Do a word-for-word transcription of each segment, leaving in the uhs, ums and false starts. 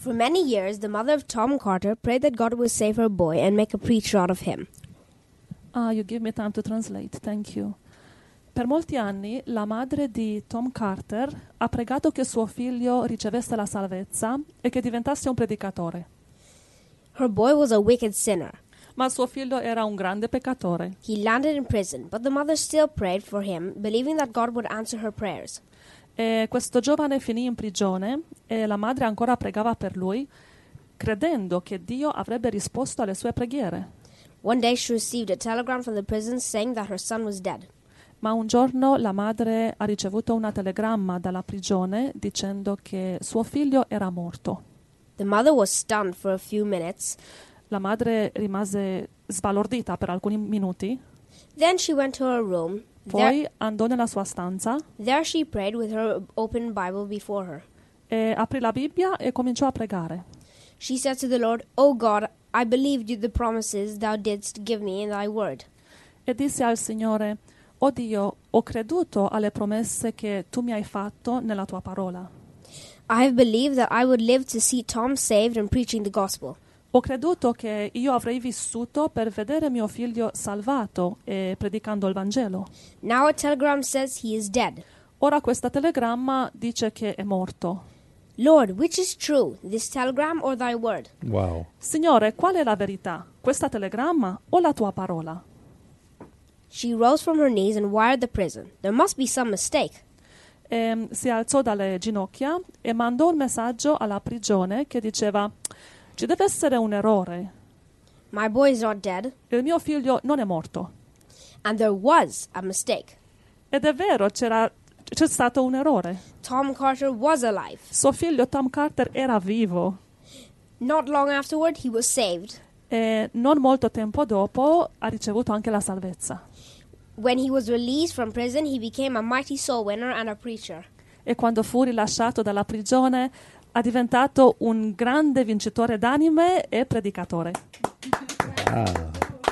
For many years, the mother of Tom Carter prayed that God would save her boy and make a preacher out of him. Ah, you give me time to translate. Thank you. Per molti anni la madre di Tom Carter ha pregato che suo figlio ricevesse la salvezza e che diventasse un predicatore. Her boy was a wicked sinner. Ma suo figlio era un grande peccatore. He landed in prison, but the mother still prayed for him, believing that God would answer her prayers. E questo giovane finì in prigione e la madre ancora pregava per lui, credendo che Dio avrebbe risposto alle sue preghiere. One day she received a telegram from the prison saying that her son was dead. Ma un giorno la madre ha ricevuto una telegramma dalla prigione dicendo che suo figlio era morto. The mother was stunned for a few minutes. La madre rimase sbalordita per alcuni minuti. Then she went to her room. Poi There, andò nella sua stanza there she prayed with her open Bible before her. e aprì la Bibbia e cominciò a pregare. She said to the Lord, "O God, I believed you the promises thou didst give me in thy word." E disse al Signore: "O Dio, ho creduto alle promesse che tu mi hai fatto nella tua parola. I have believed that I would live to see Tom saved and preaching the gospel. Ho creduto che io avrei vissuto per vedere mio figlio salvato e predicando il Vangelo. Now a telegram says he is dead. Ora questa telegramma dice che è morto. Lord, which is true, this telegram or thy word?" Wow. Signore, qual è la verità? Questa telegramma o la tua parola?" She rose from her knees and wired the prison. There must be some mistake. E si alzò dalle ginocchia e mandò un messaggio alla prigione che diceva: "Ci deve essere un errore. My boy is not dead. Il mio figlio non è morto." And there was a mistake. Ed è vero, c'era, c'è stato un errore. Tom Carter was alive. Suo figlio Tom Carter era vivo Not long afterward, he was saved. e non molto tempo dopo ha ricevuto anche la salvezza. When he was released from prison, he became a mighty soul winner and a preacher. E quando fu rilasciato dalla prigione è diventato un grande vincitore d'anime e predicatore. Wow.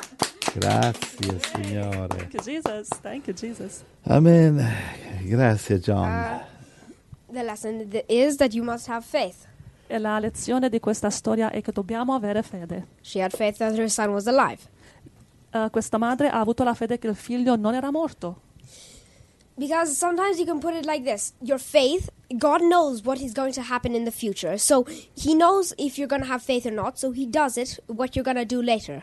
Grazie, Signore. Thank you, Jesus. Thank you, Jesus. Amen. Grazie, John. Uh, the lesson th- is that you must have faith. E la lezione di questa storia è che dobbiamo avere fede. She had faith that her son was alive. Uh, questa madre ha avuto la fede che il figlio non era morto. Because sometimes you can put it like this. Your faith, God knows what is going to happen in the future. So he knows if you're going to have faith or not. So he does it, what you're going to do later.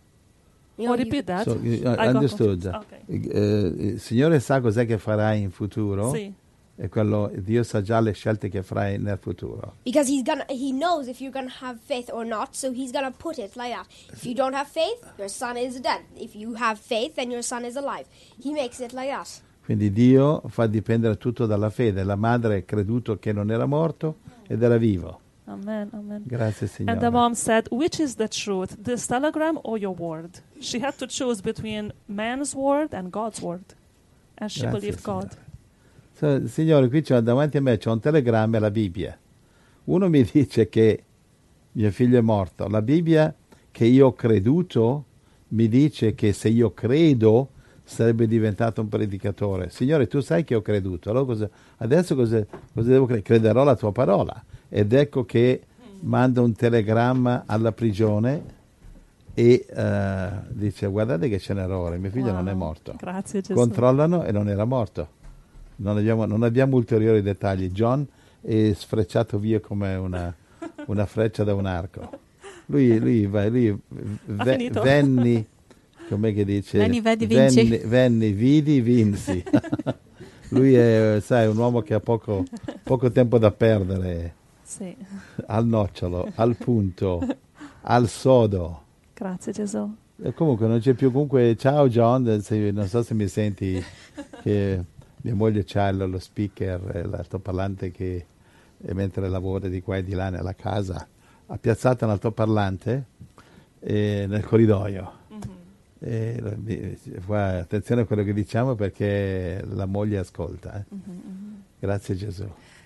You Oh, know, you- repeat that. So, you- I got understood. confused. Okay. Eh, il Signore sa cos'è che farai in futuro Sì. e quello, Dio sa già le scelte che farai nel futuro. Because he's gonna, he knows if you're going to have faith or not. So he's going to put it like that. If you don't have faith, your son is dead. If you have faith, then your son is alive. He makes it like that. Quindi Dio fa dipendere tutto dalla fede. La madre ha creduto che non era morto ed era vivo. Amen, amen. Grazie, Signore. And the mom said, "Which is the truth, this telegram or your word?" She had to choose between man's word and God's word. And she Grazie, believed God. Signore. So, Signore, qui c'ho, davanti a me c'è un telegramma e la Bibbia. Uno mi dice che mio figlio è morto. La Bibbia che io ho creduto mi dice che se io credo sarebbe diventato un predicatore. Signore, tu sai che ho creduto. Allora cosa, adesso cosa, cosa devo credere? Crederò la tua parola. Ed ecco che manda un telegramma alla prigione e eh, dice: guardate che c'è un errore, mio figlio Wow. non è morto. Grazie, Gesù. Controllano e non era morto. Non abbiamo, non abbiamo ulteriori dettagli. John è sfrecciato via come una, una freccia da un arco. Lui, lui, va, lui ve, finito. venni, com'è che dice? Venni, vedi, vinci. Venni, venni, vidi, vinsi. Lui è, sai, un uomo che ha poco, poco tempo da perdere. Sì. Al nocciolo, al punto, al sodo. Grazie, Gesù. E comunque non c'è più. Comunque, ciao John, se- non so se mi senti, che mia moglie c'ha lo, lo speaker, eh, l'altoparlante che eh, mentre lavora di qua e di là nella casa ha piazzato un altoparlante eh, nel corridoio. E, lo- mi- fa attenzione a quello che diciamo perché la moglie ascolta. eh. Grazie Gesù.